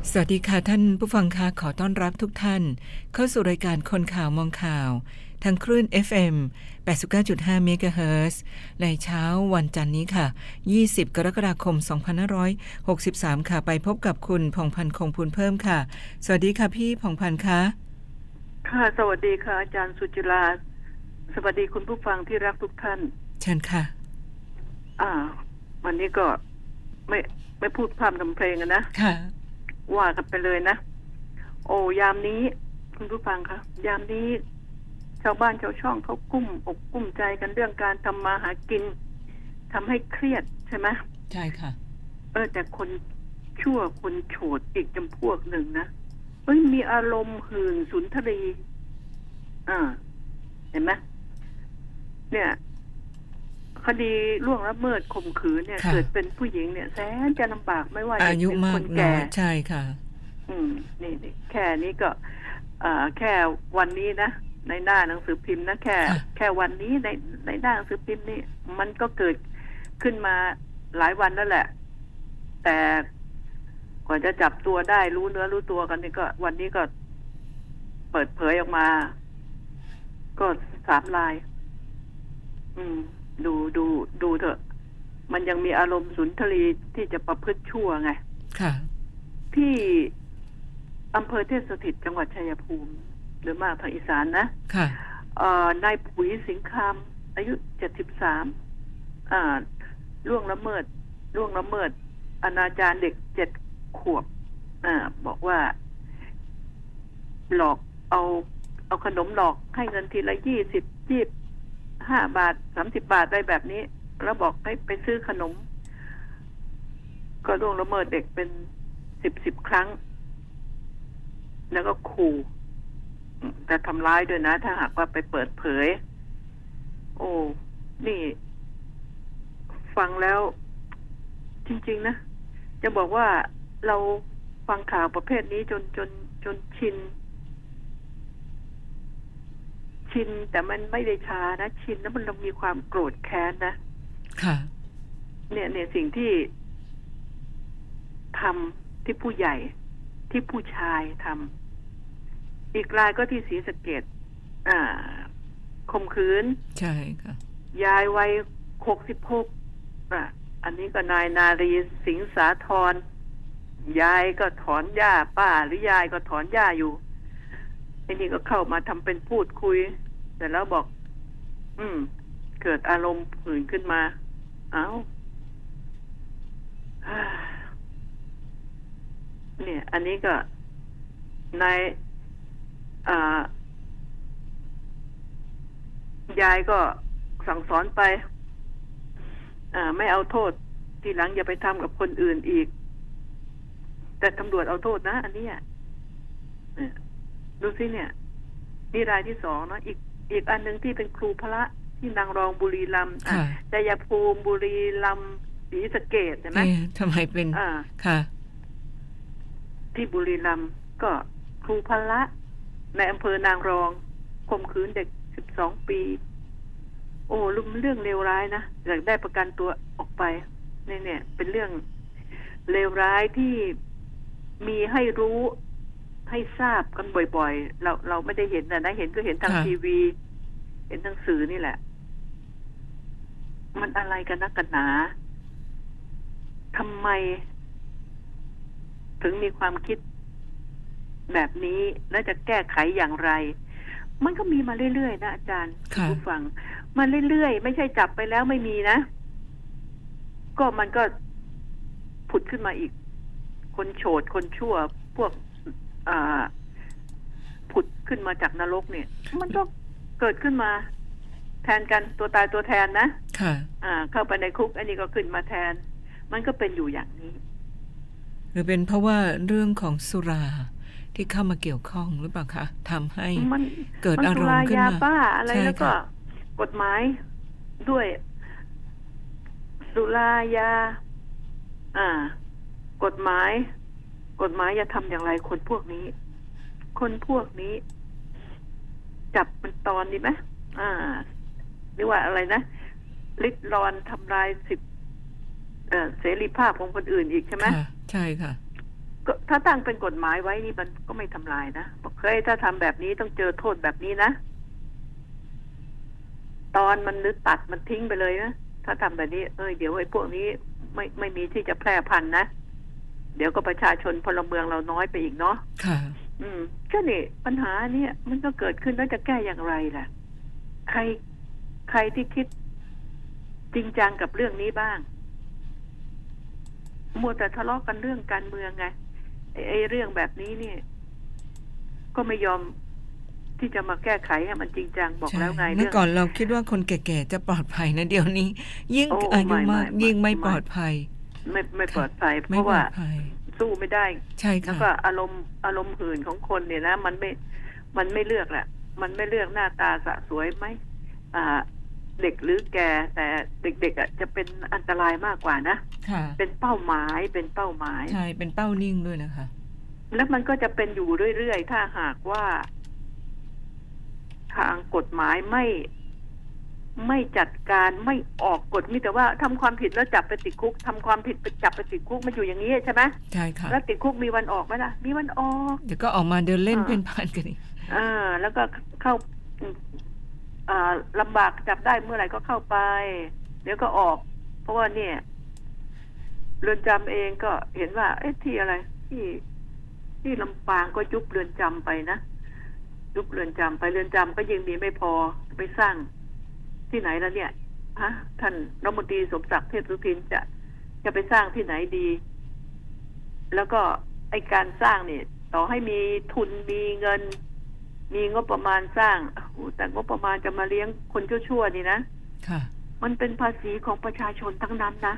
สวัสดีค่ะท่านผู้ฟังคะขอต้อนรับทุกท่านเข้าสู่รายการคนข่าวมองข่าวทางคลื่น FM 89.5 เมกะเฮิรตซ์ในเช้าวันจันทร์นี้ค่ะ20 กรกฎาคม 2563 ค่ะไปพบกับคุณผ่องพันธ์คงพูนเพิ่มค่ะสวัสดีค่ะพี่ผ่องพันธ์คะค่ะสวัสดีค่ะอาจารย์สุจิราสวัสดีคุณผู้ฟังที่รักทุกท่านเชิญค่ะวันนี้ก็ไม่พูดพร่ำทำเพลงนะค่ะว่ากันไปเลยนะโอ้ยามนี้คุณผู้ฟังคะยามนี้ชาวบ้านชาวช่องเขากุ้มอกกุ้มใจกันเรื่องการทำมาหากินทำให้เครียดใช่ไหมใช่ค่ะแต่คนชั่วคนโฉดอีกจำพวกหนึ่งนะมีอารมณ์หื่นสุนทรีเห็นไหมเนี่ยคดีล่วงละเมิดข่มขืนเนี่ยเกิดเป็นผู้หญิงเนี่ยแสนจะลำบากไม่ว่าจะเป็นคนแก่ใช่ค่ะนี่แค่นี้ก็แค่วันนี้นะในหน้าหนังสือพิมพ์นะแค่วันนี้ในหน้าหนังสือพิมพ์นี่มันก็เกิดขึ้นมาหลายวันแล้วแหละแต่กว่าจะจับตัวได้รู้เนื้อรู้ตัวกันนี่ก็วันนี้ก็เปิดเผยออกมาก็3 รายดูเถอะมันยังมีอารมณ์สุนทรีที่จะประพฤติชั่วไงค่ะที่อำเภอเทพสถิตจังหวัดชัยภูมิหรือมากทางอีสานนะค่ะนายปุ๋ยสิงคำอายุ73ล่วงละเมิดอนาจารเด็ก7 ขวบบอกว่าหลอกเอาขนมหลอกให้เงินทีละ25 บาท30 บาทได้แบบนี้แล้วบอกให้ไปซื้อขนมก็ล่วงละเมิดเด็กเป็น10 ครั้งแล้วก็ขู่แต่ทำร้ายด้วยนะถ้าหากว่าไปเปิดเผยโอ้นี่ฟังแล้วจริงๆนะจะบอกว่าเราฟังข่าวประเภทนี้จนชินแต่มันไม่ได้ชานะชินแล้วมันมีความโกรธแค้นนะค่ะเนี่ยสิ่งที่ทำที่ผู้ใหญ่ที่ผู้ชายทำอีกรายก็ที่ศรีสะเกษข่มขืนใช่ค่ะยายวัย66อันนี้ก็นายนารีสิงสาธรยายก็ถอนหญ้าป้าหรือยายก็ถอนหญ้าอยู่ไอ้นี่ก็เข้ามาทำเป็นพูดคุยแต่แล้วบอกเกิดอารมณ์หื่นขึ้นมาเนี่ยอันนี้ก็นายยายก็สั่งสอนไปไม่เอาโทษทีหลังอย่าไปทำกับคนอื่นอีกแต่ตำรวจเอาโทษนะอันนี้ดูสิเนี่ยนี่รายที่2เนาะอีกอันนึงที่เป็นครูพระที่นางรองบุรีรัมย์ชัยภูมิบุรีรัมย์ศรีสะเกษใช่ไหมทำไมเป็นค่ะที่บุรีรัมย์ก็ครูพระในอำเภอนางรองข่มขืนเด็ก12 ปีโอ้เรื่องเลวร้ายนะอยากได้ประกันตัวออกไปเนี่ยเป็นเรื่องเลวร้ายที่มีให้รู้ให้ทราบกันบ่อยๆเราไม่ได้เห็นนะเห็นก็เห็นทางทีวีเห็นทางสื่อนี่แหละมันอะไรกันนักกันหนาทำไมถึงมีความคิดแบบนี้และจะแก้ไขอย่างไรมันก็มีมาเรื่อยๆนะอาจารย์ผู้ฟังมาเรื่อยๆไม่ใช่จับไปแล้วไม่มีนะก็มันก็ผุดขึ้นมาอีกคนโฉดคนชั่วพวกผุดขึ้นมาจากนรกเนี่ยมันก็เกิดขึ้นมาแทนกันตัวตายตัวแทนนะค่ะเข้าไปในคุกอันนี้ก็ขึ้นมาแทนมันก็เป็นอยู่อย่างนี้หรือเป็นเพราะว่าเรื่องของสุราที่เข้ามาเกี่ยวข้องหรือเปล่าคะทำให้เกิดอารมณ์ขึ้นมาสุรายาบ้าอะไรแล้วก็กฎหมายด้วยสุรายากฎหมายจะทำอย่างไรคนพวกนี้จับมันตอนดีไหมหรือว่าอะไรนะริดรอนทำลายสิทธิเสรีภาพของคนอื่นอีกใช่ไหมใช่ค่ะก็ถ้าตั้งเป็นกฎหมายไว้นี่มันก็ไม่ทำลายนะบอกเฮ้ยถ้าทำแบบนี้ต้องเจอโทษแบบนี้นะตอนมันนึกตัดมันทิ้งไปเลยนะถ้าทำแบบนี้เดี๋ยวไอ้พวกนี้ไม่มีที่จะแพร่พันธุ์นะเดี๋ยวก็ประชาชนพลเมืองเราน้อยไปอีกเนาะค่ะก็นี่ปัญหาเนี่ยมันก็เกิดขึ้นแล้วจะแก้อย่างไรล่ะใครที่คิดจริงจังกับเรื่องนี้บ้างมัวแต่ทะเลาะกันเรื่องการเมืองไงไอ้เรื่องแบบนี้เนี่ยก็ไม่ยอมที่จะมาแก้ไขให้มันจริงจังบอกแล้วไงเมื่อก่อนเราคิดว่าคนแก่ๆจะปลอดภัยนะเดี๋ยวนี้ยิ่งอายุมากยิ่งไม่ปลอดภัยไม่ปลอดภัยเพราะว่าสู้ไม่ได้ใช่ค่ะแล้วก็อารมณ์หื่นของคนเนี่ยนะมันไม่เลือกแหละมันไม่เลือกหน้าตาสะสวยไหมเด็กหรือแก่แต่เด็กๆจะเป็นอันตรายมากกว่านะเป็นเป้าหมายใช่เป็นเป้านิ่งด้วยนะคะแล้วมันก็จะเป็นอยู่เรื่อยๆถ้าหากว่าทางกฎหมายไม่จัดการไม่ออกกฎมีแต่ว่าทำความผิดแล้วจับไปติดคุกทำความผิดไปจับไปติดคุกมันอยู่อย่างนี้ใช่ไหมใช่ค่ะแล้วติดคุกมีวันออกไหมล่ะมีวันออกเดี๋ยวก็ออกมาเดินเล่นเพ่นพ่านกันอีกแล้วก็เข้าลำบากจับได้เมื่อไหร่ก็เข้าไปเดี๋ยวก็ออกเพราะว่าเนี่ยเรือนจำเองก็เห็นว่าที่อะไรที่ลำปางก็ยุบเรือนจำไปนะยุบเรือนจำไปเรือนจำก็ยังมีไม่พอไปสร้างที่ไหนแล้วเนี่ยท่านรัฐมนตรีสมศักดิ์เทพสุทินจะไปสร้างที่ไหนดีแล้วก็ไอ้การสร้างเนี่ยต่อให้มีทุนมีเงินมีงบประมาณสร้างแต่งบประมาณจะมาเลี้ยงคนชั่วๆนี่นะค่ะมันเป็นภาษีของประชาชนทั้งนั้นนะ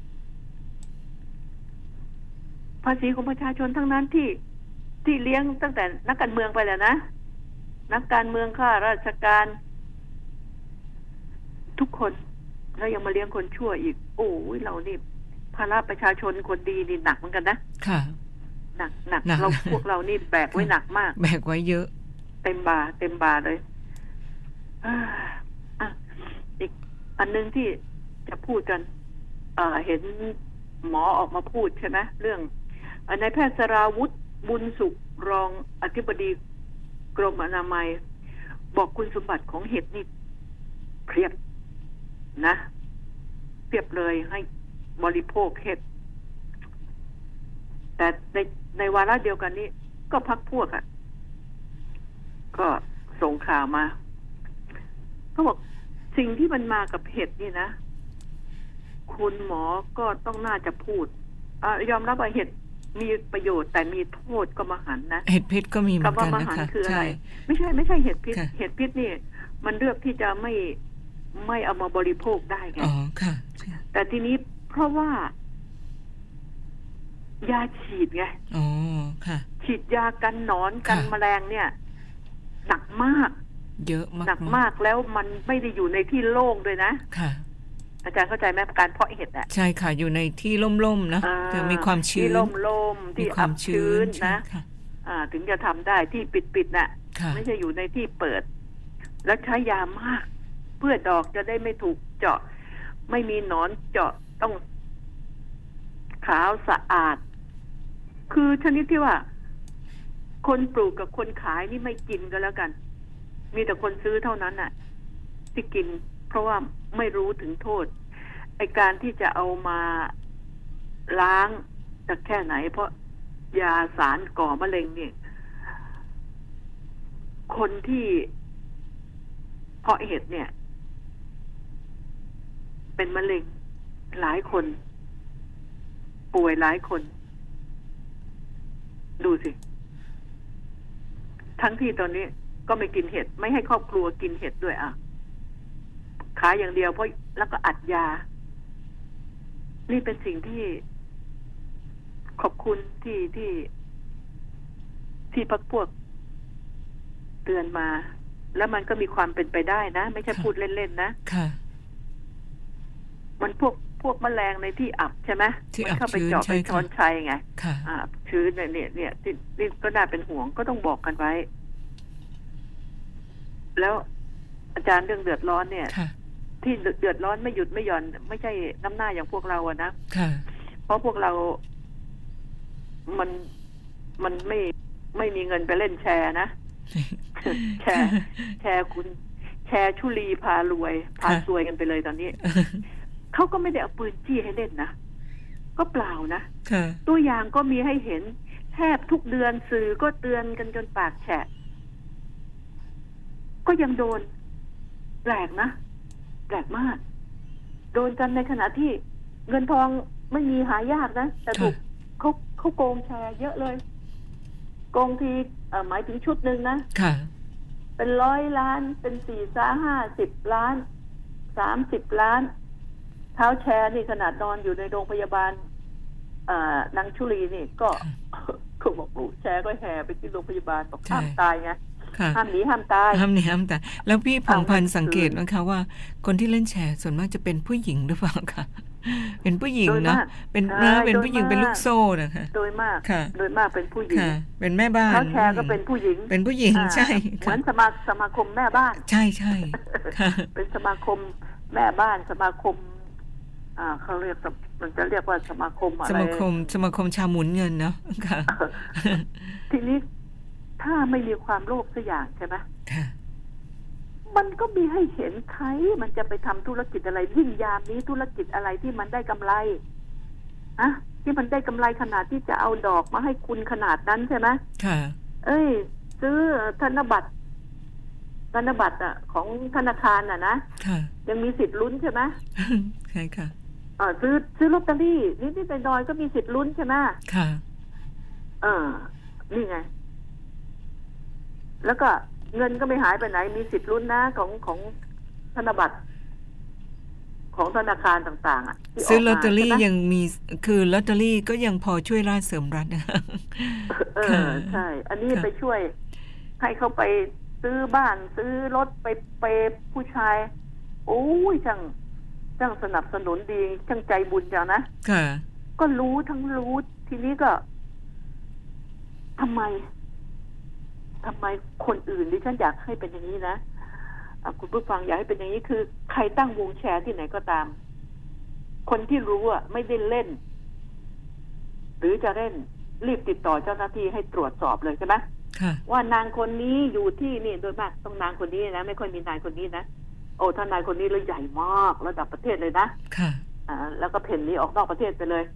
ภาษีของประชาชนทั้งนั้นที่เลี้ยงตั้งแต่นักการเมืองไปแล้วนะนักการเมืองข้าราชการทุกคนแล้วยังมาเลี้ยงคนชั่วอีกโอ้ยเรานี่ภาระประชาชนคนดีนี่หนักเหมือนกันนะค่ะหนักเราพวกเรานี่แบกไว้หนักมากแบกไว้เยอะเต็มบาเลยอีกอันนึงที่จะพูดกันเห็นหมอออกมาพูดใช่ไหมเรื่องนายแพทย์สราวุธบุญสุขรองอธิบดีกรมอนามัยบอกคุณสมบัติของเห็ดนี่เพียบนะเพียบเลยให้บริโภคเห็ดแต่ในวาระเดียวกันนี้ก็พรรคพวกก็ส่งข่าวมาเขาบอกสิ่งที่มันมากับเห็ดนี่นะคุณหมอก็ต้องน่าจะพูดยอมรับว่าเห็ดมีประโยชน์แต่มีโทษก็มหันต์นะเห็ดพิษก็มีเหมือนกันนะคะคืออะไรไม่ใช่เห็ดพิษเห็ดพิษนี่มันเลือกที่จะไม่เอามาบริโภคได้ไงอ๋อค่ะแต่ทีนี้เพราะว่ายาฉีดไงอ๋อค่ะฉีดยากันหนอนกันแมลงเนี่ยหนักมากเยอะมากหนักมากแล้วมันไม่ได้อยู่ในที่โล่งด้วยนะค่ะอาจารย์เข้าใจไหมการเพาะเห็ดอ่ะใช่ค่ะอยู่ในที่ร่มๆนะถึงมีความชื้นที่ร่มที่อับชื้นนะถึงจะทำได้ที่ปิดน่ะไม่ใช่อยู่ในที่เปิดแล้วใช้ยามากเพื่อดอกจะได้ไม่ถูกเจาะไม่มีหนอนเจาะต้องขาวสะอาดคือชนิดที่ว่าคนปลูกกับคนขายนี่ไม่กินกันแล้วกันมีแต่คนซื้อเท่านั้นน่ะที่กินเพราะว่าไม่รู้ถึงโทษไอ้การที่จะเอามาล้างจะแค่ไหนเพราะยาสารก่อมะเร็งเนี่ยคนที่เพาะเห็ดเนี่ยเป็นมะเร็งหลายคนป่วยหลายคนดูสิทั้งที่ตอนนี้ก็ไม่กินเห็ดไม่ให้ครอบครัวกินเห็ดด้วยขายอย่างเดียวเพราะแล้วก็อัดยานี่เป็นสิ่งที่ขอบคุณที่พรรคพวกเตือนมาแล้วมันก็มีความเป็นไปได้นะไม่ใช่พูดเล่นๆนะค่ะมันพวกแมลงในที่อับใช่ไหมมันเข้าไปเจาะไปช้อนชัยไงชื้นเนี่ยนี่ก็น่าเป็นห่วงก็ต้องบอกกันไว้แล้วอาจารย์เรื่องเดือดร้อนเนี่ยที่เดือดร้อนไม่หยุดไม่หย่อนไม่ใช่น้ำหน้าอย่างพวกเราอะนะเพราะพวกเรามันมันไม่มีเงินไปเล่นแชร์นะ แชร์คุณแชร์ชุลีพารวยพาซวยกันไปเลยตอนนี้ เขาก็ไม่ได้เอาปืนจี้ให้เล่นนะก็เปล่านะตัวอย่างก็มีให้เห็นแทบทุกเดือนสื่อก็เตือนกันจนปากแฉะก็ยังโดนแปลกนะแปลกมากโดนกันในขณะที่เงินทองไม่มีหายากนะแต่ถูกเขาโกงแชร์เยอะเลยโกงทีหมายถึงชุดหนึ่งนะเป็น100 ล้านเป็น50 ล้าน30 ล้านเท้าแชร์นี่ขนาดนอนอยู่ในโรงพยาบาลนางชุลีนี่ก็บอกลูกแชร์ก็แห่ไปที่โรงพยาบาลบอกห้ามตายไงห้ามหนีห้ามตายแล้วพี่ผ่องพันธ์สังเกตนะคะว่าคนที่เล่นแชร์ส่วนมากจะเป็นผู้หญิงหรือเปล่าคะเป็นผู้หญิงนะเป็นผู้หญิงเป็นลูกโซ่นะคะโดยมากเป็นผู้หญิงเป็นแม่บ้านเขาแชร์ก็เป็นผู้หญิงใช่เหมือนสมาคมแม่บ้านใช่เป็นสมาคมแม่บ้านสมาคมเขาเรียกมันจะเรียกว่าสมาคมอะไรสมาคมชาวหมุนเงินเนาะค่ะทีนี้ถ้าไม่มีความโลภสักอย่างใช่ไหมมันก็มีให้เห็นใครมันจะไปทำธุรกิจอะไรยิ่งยามนี้ธุรกิจอะไรที่มันได้กำไรที่มันได้กำไรขนาดที่จะเอาดอกมาให้คุณขนาดนั้นใช่ไหมค่ะซื้อธนบัตรของธนาคารนะยังมีสิทธิ์ลุ้นใช่ไหมใช่ค่ะซื้อลอตเตอรี่นิดๆหน่อยๆก็มีสิทธิ์ลุ้นใช่ไหมค่ะนี่ไงแล้วก็เงินก็ไม่หายไปไหนมีสิทธิ์ลุ้นนะของธนบัตรของธนาคารต่างๆซื้อลอตเตอรี่ยังมีคือลอตเตอรี่ก็ยังพอช่วยราชเสริมรัฐนะใช่อันนี้ไปช่วยให้เขาไปซื้อบ้านซื้อรถไปผู้ชายโอ้ยช่างสนับสนุนดีช่างใจบุญจังนะก็รู้ทีนี้ก็ทำไมคนอื่นดิฉันอยากให้เป็นอย่างนี้นะคุณผู้ฟังอยากให้เป็นอย่างนี้คือใครตั้งวงแชร์ที่ไหนก็ตามคนที่รู้ไม่ได้เล่นหรือจะเล่นรีบติดต่อเจ้าหน้าที่ให้ตรวจสอบเลยใช่ไหมว่านางคนนี้อยู่ที่นี่โดยมากต้องนางคนนี้นะไม่ค่อยมีนายคนนี้นะโอ้ถ้านายคนนี้เลยใหญ่มากระดับประเทศเลยนะแล้วก็เพ่นนี้ออกนอกประเทศไปเลย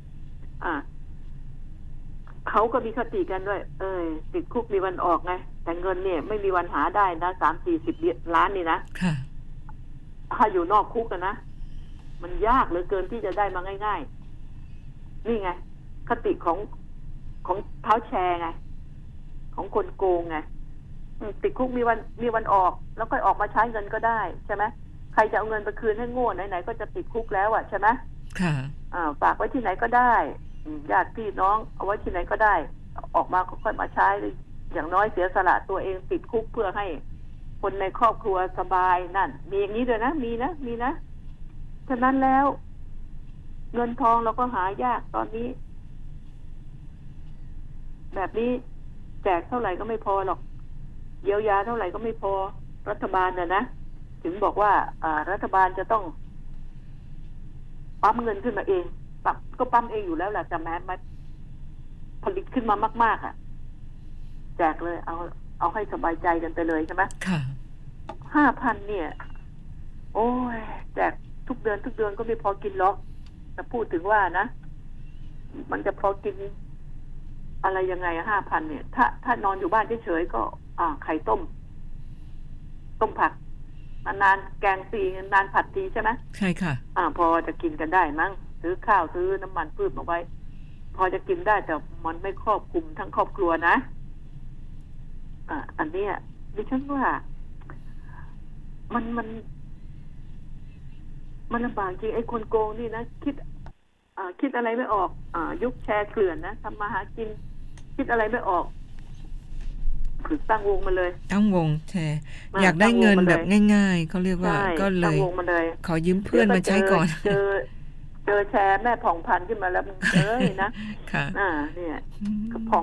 เขาก็มีคติกันด้วยติดคุกมีวันออกไงแต่เงินเนี่ยไม่มีวันหาได้นะ30-40 ล้านนี่นะถ้าอยู่นอกคุกกันนะมันยากเหลือเกินที่จะได้มาง่ายๆนี่ไงคติของเท้าแชร์ไงของคนโกงไงติดคุกมีวันออกแล้วก็ออกมาใช้เงินก็ได้ใช่ไหมใครจะเอาเงินไปคืนให้โง่ไหนๆก็จะติดคุกแล้วใช่ไหมฝากไว้ที่ไหนก็ได้ญาติพี่น้องเอาไว้ที่ไหนก็ได้ออกมาค่อยมาใช้อย่างน้อยเสียสละตัวเองติดคุกเพื่อให้คนในครอบครัวสบายนั่นมีอย่างนี้ด้วยนะมีนะฉะนั้นแล้วเงินทองเราก็หายากตอนนี้แบบนี้แจกเท่าไหร่ก็ไม่พอหรอกเยียวยาเท่าไหร่ก็ไม่พอรัฐบาลนะถึงบอกว่ารัฐบาลจะต้องปั๊มเงินขึ้นมาเองก็ปั๊มเองอยู่แล้วแหละแต่แม้มาผลิตขึ้นมามากๆแจกเลยเอาให้สบายใจกันไปเลยใช่ไหมค่ะ 5,000เนี่ยโอ้ยแจกทุกเดือนก็ไม่พอกินหรอกแต่พูดถึงว่านะมันจะพอกินอะไรยังไง5,000เนี่ยถ้านอนอยู่บ้านเฉยๆก็ไข่ต้มผักนานๆแกงตีนานผัดทีใช่ไหมใช่ค่ะพอจะกินกันได้มั้งซื้อข้าวซื้อน้ำมันพืชมาไว้พอจะกินได้แต่มันไม่ครอบคลุมทั้งครอบครัวนะอันนี้ดิฉันว่ามันลำบากจริงไอ้คนโกงนี่นะคิดอะไรไม่ออกยุคแชร์เกลื่อนนะทำมาหากินคิดอะไรไม่ออกคือตั้งวงมาเลยตั้งวงแชร์อยากได้เงินแบบง่ายๆเขาเรียกว่าก็เลยขอยืมเพื่อนมาใช้ก่อนเจอแชร์แม่ผ่องพันขึ้นมาแล้วมึงนะค่ะเนี่ยผ่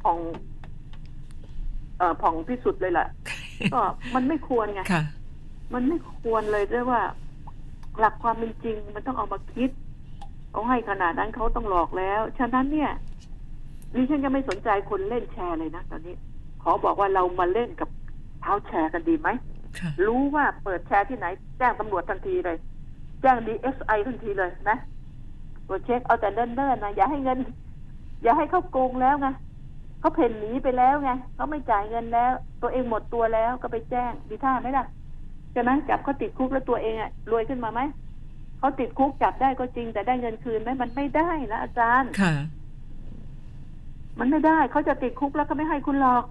องที่สุดเลยแหละก็มันไม่ควรไงมันไม่ควรเลยด้วยว่าหลักความเป็นจริงมันต้องเอามาคิดเอาให้ขนาดนั้นเขาต้องหลอกแล้วฉะนั้นเนี่ยนี่ฉันยังไม่สนใจคนเล่นแชร์เลยนะตอนนี้ขอบอกว่าเรามาเล่นกับเท้าแชร์กันดีไหมรู้ว่าเปิดแชร์ที่ไหนแจ้งตำรวจทันทีเลยแจ้ง DSI ทันทีเลยนะตรวจเช็คเอาแต่เนิ่นๆนะอย่าให้เงินอย่าให้เขาโกงแล้วไงเขาเพ่นหนีไปแล้วไงเขาไม่จ่ายเงินแล้วตัวเองหมดตัวแล้วก็ไปแจ้งดีท่าไหมล่ะใช่ไหมจับเขาติดคุกแล้วตัวเองอะรวยขึ้นมาไหมเขาติดคุกจับได้ก็จริงแต่ได้เงินคืนไหมมันไม่ได้นะอาจารย์ค่ะมันไม่ได้เขาจะติดคุกแล้วก็ไม่ให้คุณหรอก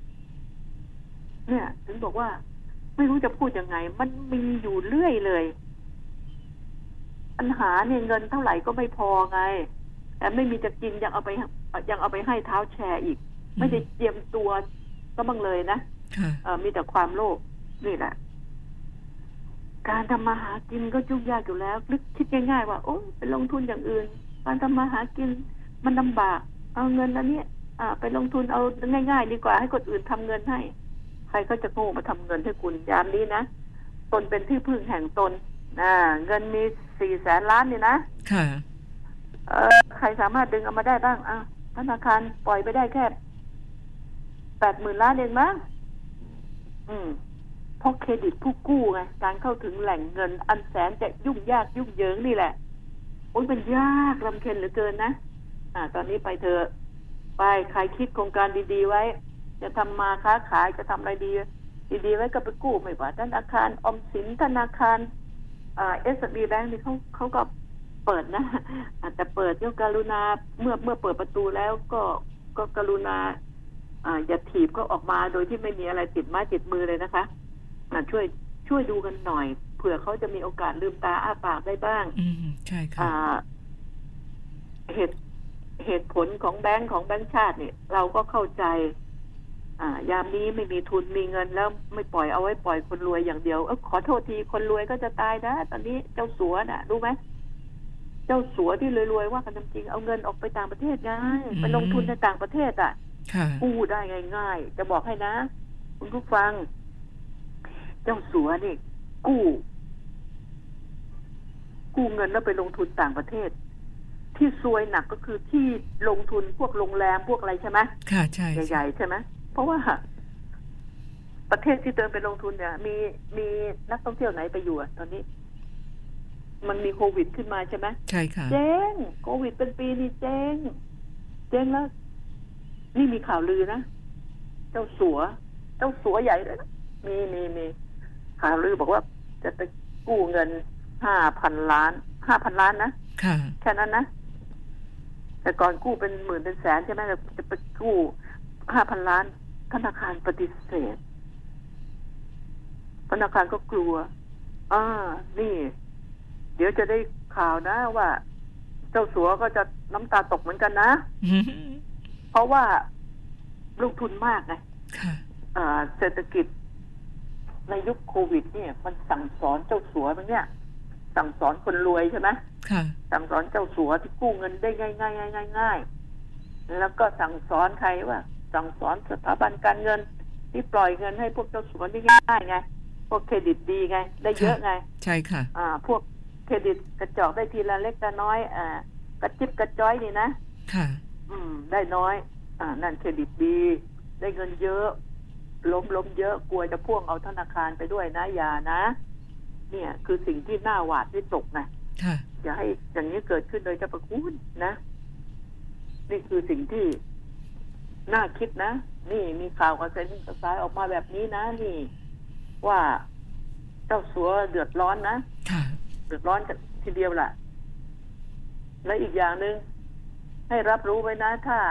เนี่ยถึงบอกว่าไม่รู้จะพูดยังไงมันมีอยู่เรื่อยเลยปัญหาเนี่ยเงินเท่าไหร่ก็ไม่พอไงแต่ไม่มีจะกินยังเอาไปให้เท้าแชร์อีกไม่ได้เตรียมตัวก็บ้างเลยนะมีแต่ความโลภนี่แหละการทำมาหากินก็ยุ่งยากอยู่แล้วคิดง่ายๆว่าโอ้ไปลงทุนอย่างอื่นการทำมาหากินมันลำบากเอาเงินอันนี้ไปลงทุนเอาง่ายๆดีกว่าให้คนอื่นทำเงินให้ใครก็จะโง่มาทำเงินให้คุณยามนี้นะตนเป็นที่พึ่งแห่งตนเงินมี400,000 ล้านนี่นะค่ะใครสามารถดึงเอามาได้บ้างธนาคารปล่อยไปได้แค่80,000 ล้านเองมั้งเพราะเครดิตผู้กู้ไงการเข้าถึงแหล่งเงินอันแสนจะยุ่งยากยุ่งเหยิงนี่แหละโอ้ยมันยากลำเค็ญเหลือเกินนะตอนนี้ไปเถอะไปใครคิดโครงการดีๆไว้จะทำมาค้าขายจะทำอะไรดีๆไว้ก็ไปกู้ไม่ว่าธนาคารออมสินธนาคารSB Bank นี่เขาก็เปิดนะแต่เปิดก็กรุณาเมื่อเปิดประตูแล้วก็กรุณาอย่าถีบก็ออกมาโดยที่ไม่มีอะไรติดไม้ติดมือเลยนะคะช่วยดูกันหน่อยเผื่อเขาจะมีโอกาสลืมตาอ้าปากได้บ้างใช่ค่ะเหตุผลของแบงค์ชาติเนี่ยเราก็เข้าใจยามนี้ไม่มีทุนมีเงินแล้วไม่ปล่อยเอาไว้ปล่อยคนรวยอย่างเดียวขอโทษทีคนรวยก็จะตายนะตอนนี้เจ้าสัวน่ะรู้ไหมเจ้าสัวที่รวยๆว่ากันจริงเอาเงินออกไปต่างประเทศไงไปลงทุนในต่างประเทศกู้ได้ง่ายๆจะบอกให้นะคุณผู้ฟังเจ้าสัวนี่กู้เงินแล้วไปลงทุนต่างประเทศที่ซวยหนักก็คือที่ลงทุนพวกโรงแรมพวกอะไรใช่ไหมค่ะใช่ใหญ่ๆใช่ไหมเพราะว่าประเทศที่เติมไปลงทุนเนี่ยมีนักท่องเที่ยวไหนไปอยู่ตอนนี้มันมีโควิดขึ้นมาใช่ไหมใช่ค่ะเจ๊งโควิดเป็นปีนี่เจ๊งแล้วนี่มีข่าวลือนะเจ้าสัวใหญ่เลยนะมีข่าวลือบอกว่าจะไปกู้เงิน5,000 ล้านนะค่ะแค่นั้นนะแต่ก่อนกู้เป็นหมื่นเป็นแสนใช่ไหมจะไปกู้5,000 ล้านธนาคารปฏิเสธธนาคารก็กลัวนี่เดี๋ยวจะได้ข่าวนะว่าเจ้าสัวก็จะน้ำตาตกเหมือนกันนะ เพราะว่าลงทุนมากไงเศรษฐกิจในยุคโควิดเนี่ยมันสั่งสอนเจ้าสัวมันเนี่ยสั่งสอนคนรวยใช่ไหมสั่งสอนเจ้าสัวที่กู้เงินได้ง่ายแล้วก็สั่งสอนใครว่าสั่งสอนสถาบันการเงินที่ปล่อยเงินให้พวกเจ้าสัวได้ง่ายไงพวกเครดิตดีไงได้เยอะไงใช่ค่ะพวกเครดิตกระจอกได้ทีละเล็กละน้อยกระจิบกระจ้อยนี่นะค่ะได้น้อยนั่นเครดิตดีได้เงินเยอะล้มเยอะกลัวจะพ่วงเอาธนาคารไปด้วยนะอย่านะเนี่ยคือสิ่งที่น่าหวาดวิตกนะอย่าให้อย่างนี้เกิดขึ้นโดยเฉพาะคุณนะนี่คือสิ่งที่น่าคิดนะนี่มีข่าวกระแสออกมาแบบนี้นะนี่ว่าเจ้าสัวเดือดร้อนนะเดือดร้อนกันทีเดียวล่ะและอีกอย่างนึงให้รับรู้ไว้นะถ้า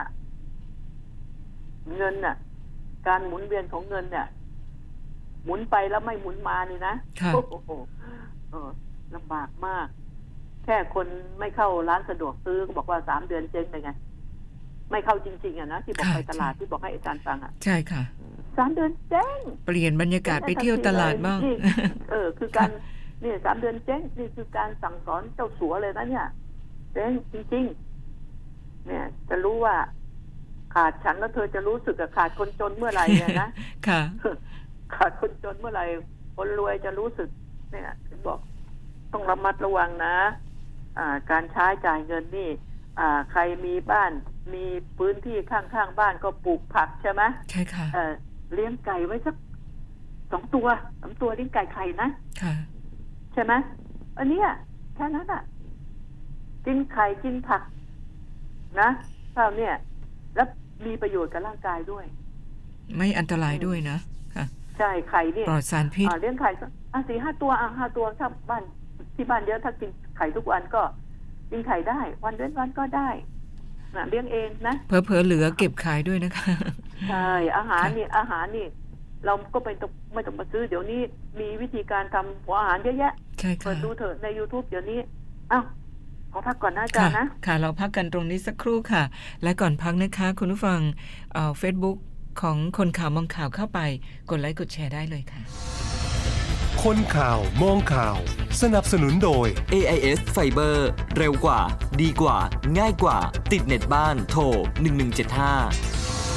เงินน่ะการหมุนเวียนของเงินเนี่ยหมุนไปแล้วไม่หมุนมานี่นะโอ้โหลำบากมากแค่คนไม่เข้าร้านสะดวกซื้อก็บอกว่า3 เดือนเจ๊งเลยไงไม่เข้าจริงๆนะที่บอกไปตลาดที่บอกให้อาจารย์ฟังใช่ค่ะ 3 เดือนเจ๊งเปลี่ยนบรรยากาศไปเที่ยวตลาดบ้างคือการนี่3 เดือนเจ๊งนี่คือการสั่งสอนเจ้าสัวเลยนะเนี่ยเจ๊งจริงๆเนี่ยจะรู้ว่าขาดฉันแล้วเธอจะรู้สึกกับขาดคนจนเมื่อไหร่เนี่ยนะค่ะขาดคนจนเมื่อไหร่คนรวยจะรู้สึกเนี่ยถึงบอกต้องระมัดระวังนะการใช้จ่ายเงินนี่ใครมีบ้านมีพื้นที่ข้างๆบ้านก็ปลูกผักใช่ไหมใช่ค่ะเลี้ยงไก่ไว้สัก2 ตัว 3 ตัวเลี้ยงไก่ไข่นะค่ะใช่ไหมอันนี้แค่นั้นกินไข่กินผักนะข้าวเนี่ยแล้วมีประโยชน์กับร่างกายด้วยไม่อันตรายด้วยนะค่ะใช่ไข่เนี่ยปลอดสารพิษเลี้ยงไข่4-5 ตัว5 ตัวถ้าบ้านที่บ้านเยอะถ้ากินไข่ทุกวันก็กินไข่ได้วันเว้นวันก็ได้เลี้ยงเองนะเผลอๆเหลือเก็บขายด้วยนะคะใช่อาหารนี่เราก็ไม่ต้องมาซื้อเดี๋ยวนี้มีวิธีการทำหัวอาหารเยอะแยะใช่ค่ะเปิดดูเถอะใน YouTube เดี๋ยวนี้ขอพักก่อนนะอาจารย์นะค่ะเราพักกันตรงนี้สักครู่ค่ะและก่อนพักนะคะคุณผู้ฟังFacebook ของคนข่าวมองข่าวเข้าไปกดไลค์กดแชร์ได้เลยค่ะคนข่าวมองข่าวสนับสนุนโดย AIS Fiber เร็วกว่าดีกว่าง่ายกว่าติดเน็ตบ้านโทร1175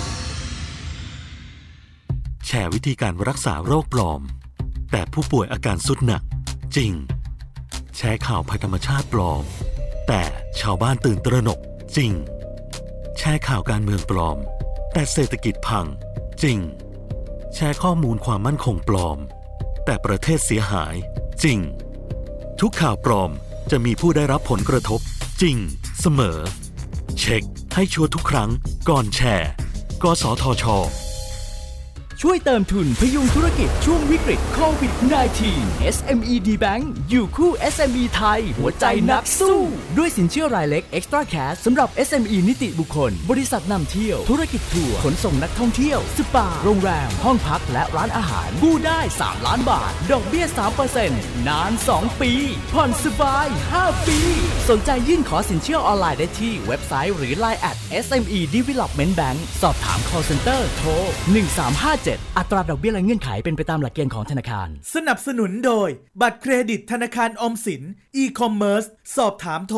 แชร์วิธีการรักษาโรคปลอมแต่ผู้ป่วยอาการทรุดหนักจริงแชร์ข่าวภัยธรรมชาติปลอมแต่ชาวบ้านตื่นตระหนกจริงแชร์ข่าวการเมืองปลอมแต่เศรษฐกิจพังจริงแชร์ข้อมูลความมั่นคงปลอมแต่ประเทศเสียหายจริงทุกข่าวปลอมจะมีผู้ได้รับผลกระทบจริงเสมอเช็คให้ชัวร์ทุกครั้งก่อนแชร์กสทช. ช่วยเติมทุนพยุงธุรกิจช่วงวิกฤตโควิด -19 SME D Bank อยู่คู่ SME ไทยหัวใจนักสู้ด้วยสินเชื่อรายเล็ก Extra Cash สำหรับ SME นิติบุคคลบริษัทนำเที่ยวธุรกิจทัวร์ขนส่งนักท่องเที่ยวสปาโรงแรมห้องพักและร้านอาหารกู้ได้3 ล้านบาทดอกเบี้ย 3% นาน 2 ปีผ่อนสบาย 5 ปีสนใจยื่นขอสินเชื่อออนไลน์ได้ที่เว็บไซต์หรือ Line @SME Development Bank สอบถาม call center โทร1357อัตราดอกเบี้ยและเงื่อนไขเป็นไปตามหลักเกณฑ์ของธนาคารสนับสนุนโดยบัตรเครดิตธนาคารออมสิน e-commerce สอบถามโทร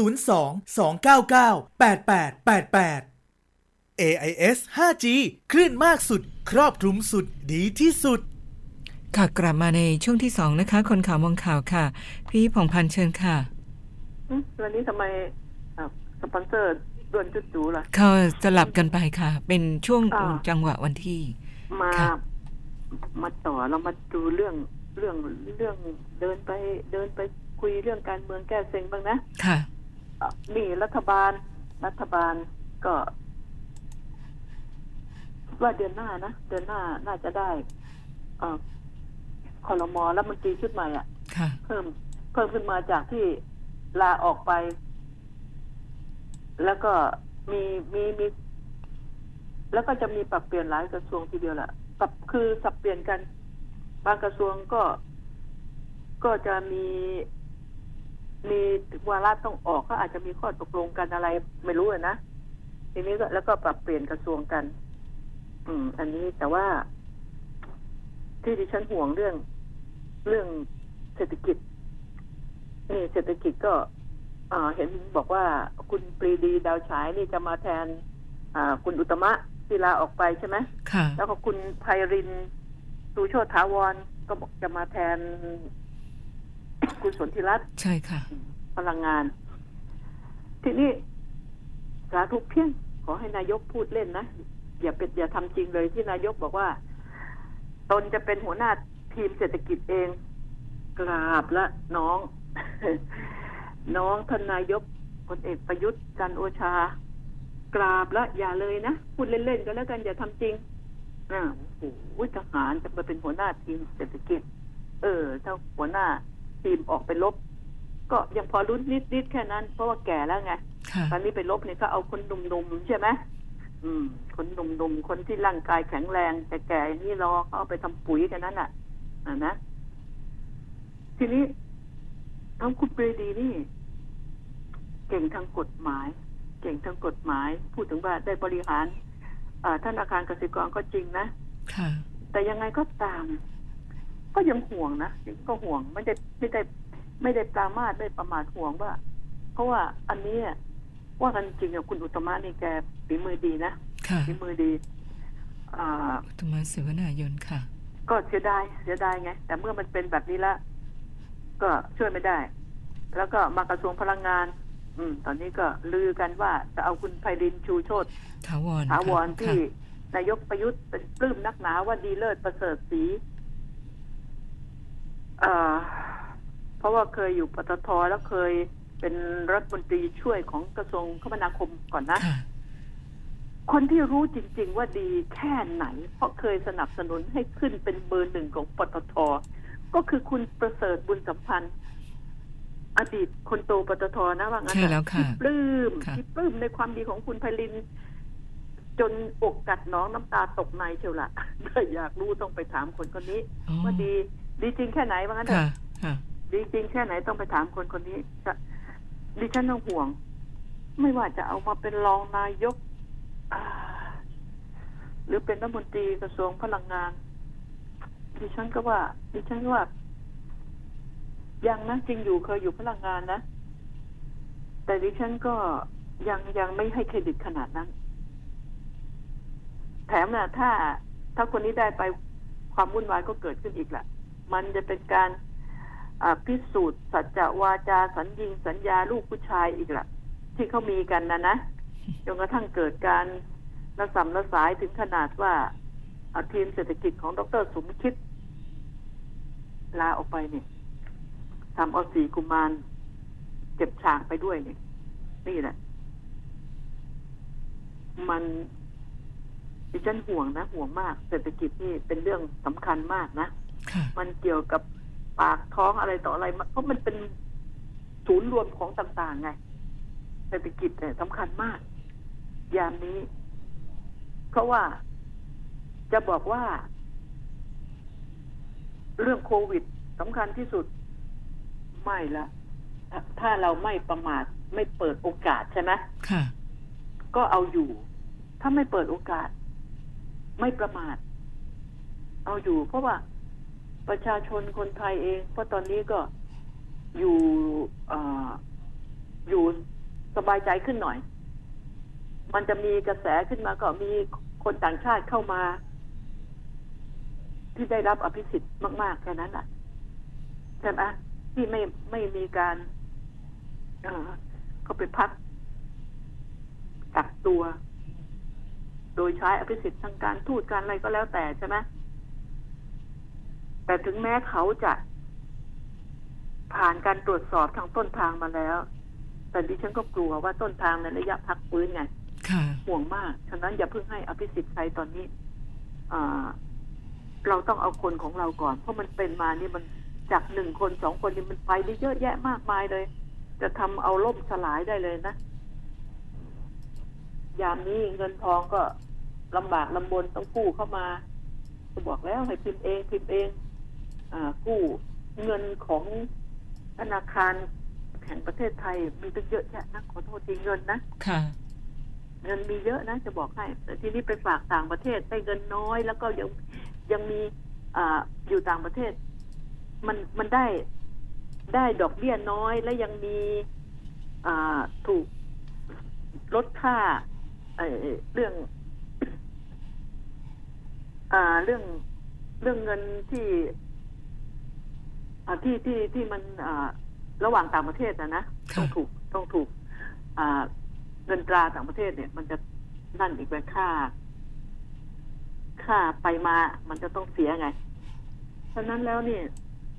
02-299-8888 AIS 5G คลื่นมากสุดครอบคลุมสุดดีที่สุดค่ะกลับมาในช่วงที่2นะคะคนข่าวมองข่าวค่ะพี่ผ่องพันธ์เชิญค่ะวันนี้ทำไมสปอนเซอร์ด่วนจุดจูล่ะเขาสลับกันไปค่ะเป็นช่วงจังหวะวันที่มาต่อเรามาดูเรื่องเดินไปคุยเรื่องการเมืองแก้เซ็งบ้างนะค่ะนี่รัฐบาลก็ว่าเดือนหน้าน่าจะได้ครม.รัฐมนตรีชุดใหม่เพิ่มขึ้นมาจากที่ลาออกไปแล้วก็มีแล้วก็จะมีปรับเปลี่ยนหลายกระทรวงทีเดียวแหละคือสับเปลี่ยนกันบางกระทรวงก็จะมีวาระต้องออกก็อาจจะมีข้อตกลงกันอะไรไม่รู้นะทีนี้ก็แล้วก็ปรับเปลี่ยนกระทรวงกันอันนี้แต่ว่าที่ดิฉันห่วงเรื่องเศรษฐกิจนี่เศรษฐกิจก็เห็นบอกว่าคุณปรีดีดาวฉายนี่จะมาแทนคุณอุตมะที่ลาออกไปใช่ไหมค่ะแล้วก็คุณไพรินทร์สุโชติถาวรก็บอกจะมาแทนคุณสนธิรัตน์ใช่ค่ะพลังงานทีนี้สาธุเพียงขอให้นายกพูดเล่นนะอย่าทำจริงเลยที่นายกบอกว่าตนจะเป็นหัวหน้าทีมเศรษฐกิจเองกราบละน้องท่านนายกพลเอกประยุทธ์จันทร์โอชากราบละอย่าเลยนะพูดเล่นๆก็แล้วกันอย่าทำจริงโอ้โหทหารจะมาเป็นหัวหน้าทีมเศรษฐกิจถ้าหัวหน้าทีมออกไปลบก็ยังพอรุ้นนิดแค่นั้นเพราะว่าแก่แล้วไงตอนนี้ไปลบเนี่ยก็เอาคนหนุ่มๆใช่ไหมคนหนุ่มๆคนที่ร่างกายแข็งแรงแต่แก่อย่างนี้รอเขาเอาไปทำปุ๋ยกันนั้นนะทีนี้ทั้งคุณปรีดีนี่เก่งทางกฎหมายพูดถึงว่าได้บริหารธนาคารกสิกรก็จริงนะแต่ยังไงก็ตามก็ยังห่วงนะก็ห่วงไม่ได้ปรามาสไม่ประมาทห่วงว่าเพราะว่าอันนี้ว่ากันจริงกับคุณอุตมะนี่แกฝีมือดีนะฝีมือดีอุตมะเสวนายนค่ะก็เสียดายไงแต่เมื่อมันเป็นแบบนี้แล้วก็ช่วยไม่ได้แล้วก็มากระทรวงพลังงานตอนนี้ก็ลือกันว่าจะเอาคุณไพรินทร์ชูโชติถาวรที่นายกประยุทธ์เป็นปลื้มนักหนาว่าดีเลิศประเสริฐศรีเพราะว่าเคยอยู่ปตท.แล้วเคยเป็นรัฐมนตรีช่วยของกระทรวงคมนาคมก่อนนะคนที่รู้จริงๆว่าดีแค่ไหนเพราะเคยสนับสนุนให้ขึ้นเป็นเบอร์หนึ่งของปตท.ก็คือคุณประเสริฐบุญสัมพันธ์อดีตคนโตปตท.นะว่างั้นที่ปลื้มในความดีของคุณไพรินทร์จนอกกัดน้องน้ำตาตกในเชียวละถ้าอยากรู้ต้องไปถามคนคนนี้ว่าดีจริงแค่ไหนว่างั้นเถอะดีจริงแค่ไหนต้องไปถามคนคนนี้ดิฉันต้องห่วงไม่ว่าจะเอามาเป็นรองนายกหรือเป็นรัฐมนตรีกระทรวงพลังงานดิฉันก็ว่ายังนะจริงอยู่เคยอยู่พลังงานนะแต่ดิฉันก็ยังไม่ให้เครดิตขนาดนั้นแถมนะถ้าคนนี้ได้ไปความวุ่นวายก็เกิดขึ้นอีกแหละมันจะเป็นการพิสูจน์สัจจวาจาสัญญาลูกผู้ชายอีกละที่เขามีกันนะจนกระทั่งเกิดการระสำระสายถึงขนาดว่าทีมเศรษฐกิจของดร.สมคิดลาออกไปเนี่ยทำเอาสีกุมารเจ็บฉากไปด้วยเนี่ยนี่แหละมันดิฉันห่วงมากเศรษฐกิจนี่เป็นเรื่องสำคัญมากนะมันเกี่ยวกับปากท้องอะไรต่ออะไรเพราะมันเป็นศูนย์รวมของต่างๆไงเศรษฐกิจเนี่ยสำคัญมากยามนี้เพราะว่าจะบอกว่าเรื่องโควิดสำคัญที่สุดไม่ละถ้าเราไม่ประมาทไม่เปิดโอกาสใช่ไหมก็เอาอยู่ถ้าไม่เปิดโอกาสไม่ประมาทเอาอยู่เพราะว่าประชาชนคนไทยเองเพราะตอนนี้ก็อยู่สบายใจขึ้นหน่อยมันจะมีกระแสขึ้นมาก็มีคนต่างชาติเข้ามาที่ได้รับอภิสิทธิ์มากๆแค่นั้นแหละใช่ไหมที่ไม่มีการก็ไปพักกักตัวโดยใช้อภิสิทธิ์ทางการทูตการอะไรก็แล้วแต่ใช่ไหมแต่ถึงแม้เขาจะผ่านการตรวจสอบทางต้นทางมาแล้วแต่ดิฉันก็กลัวว่าต้นทางในระยะพักฟื้นไงห่วงมากฉะนั้นอย่าเพิ่งให้อภิสิทธิ์ใครตอนนี้เราต้องเอาคนของเราก่อนเพราะมันเป็นมานี่มันจาก1 คน2 คนนี่มันไปได้เยอะแยะมากมายเลยจะทำเอาล่มสลายได้เลยนะยามนี้เงินทองก็ลำบากลำบนต้องกู้เข้ามาจะบอกแล้วให้พิมพ์เองกู้เงินของธนาคารแห่งประเทศไทยมีตั้งเยอะแยะนะขอโทษทีเงินนะเงินมีเยอะนะจะบอกให้แต่ทีนี้ไปฝากต่างประเทศได้เงินน้อยแล้วก็ยังมีอยู่ต่างประเทศมันได้ดอกเบี้ยน้อยและยังมีถูกลดค่าเรื่องเงินที่มันระหว่างต่างประเทศนะต้องถูกเงินตราต่างประเทศเนี่ยมันจะนั่นอีกแบบค่าไปมามันจะต้องเสียไงฉะนั้นแล้วนี่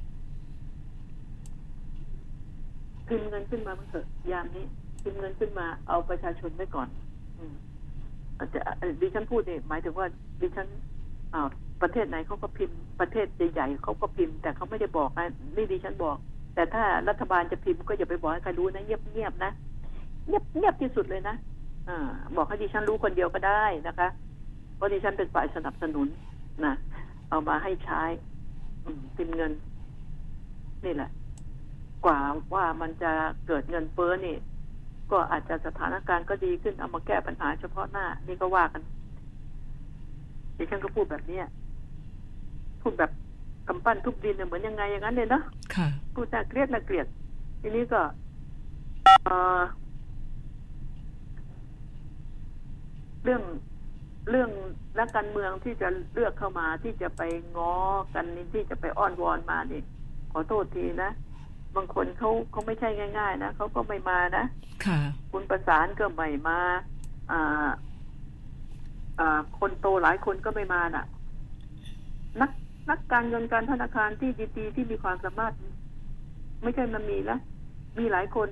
พิมพ์เงินขึ้นมาเถอะยามนี้พิมพ์เงินขึ้นมาเอาประชาชนไว้ก่อนดิฉันพูดนี่หมายถึงว่าดิฉันประเทศไหนเขาก็พิมพ์ประเทศใหญ่ๆเขาก็พิมพ์แต่เขาไม่ได้บอกนะนี่ดิฉันบอกแต่ถ้ารัฐบาลจะพิมพ์ก็อย่าไปบอกให้ใครรู้นะเงียบๆนะเงียบที่สุดเลยนะบอกให้ดิฉันรู้คนเดียวก็ได้นะคะเพราะดิฉันเป็นฝ่ายสนับสนุนนะเอามาให้ใช้พิมพ์เงินนี่แหละกว่าว่ามันจะเกิดเงินเฟ้อนี่ก็อาจจะสถานการณ์ก็ดีขึ้นเอามาแก้ปัญหาเฉพาะหน้านี่ก็ว่ากันดิฉันก็พูดแบบนี้พูดแบบกำปั้นทุบดินเหมือนยังไงอย่างนั้นเลยเนาะพูดน่าเกลียดทีนี้ก็เรื่องนักการเมืองที่จะเลือกเข้ามาที่จะไปง้อกันนี่ที่จะไปอ้อนวอนมานี่ขอโทษทีนะบางคนเขาไม่ใช่ง่ายๆนะเขาก็ไม่มานะค่ะคุณประสานก็ไม่มาคนโตหลายคนก็ไม่มาน่ะนักการเงินการธนาคารที่ดีๆที่มีความสามารถไม่ใช่มันมีนะมีหลายคน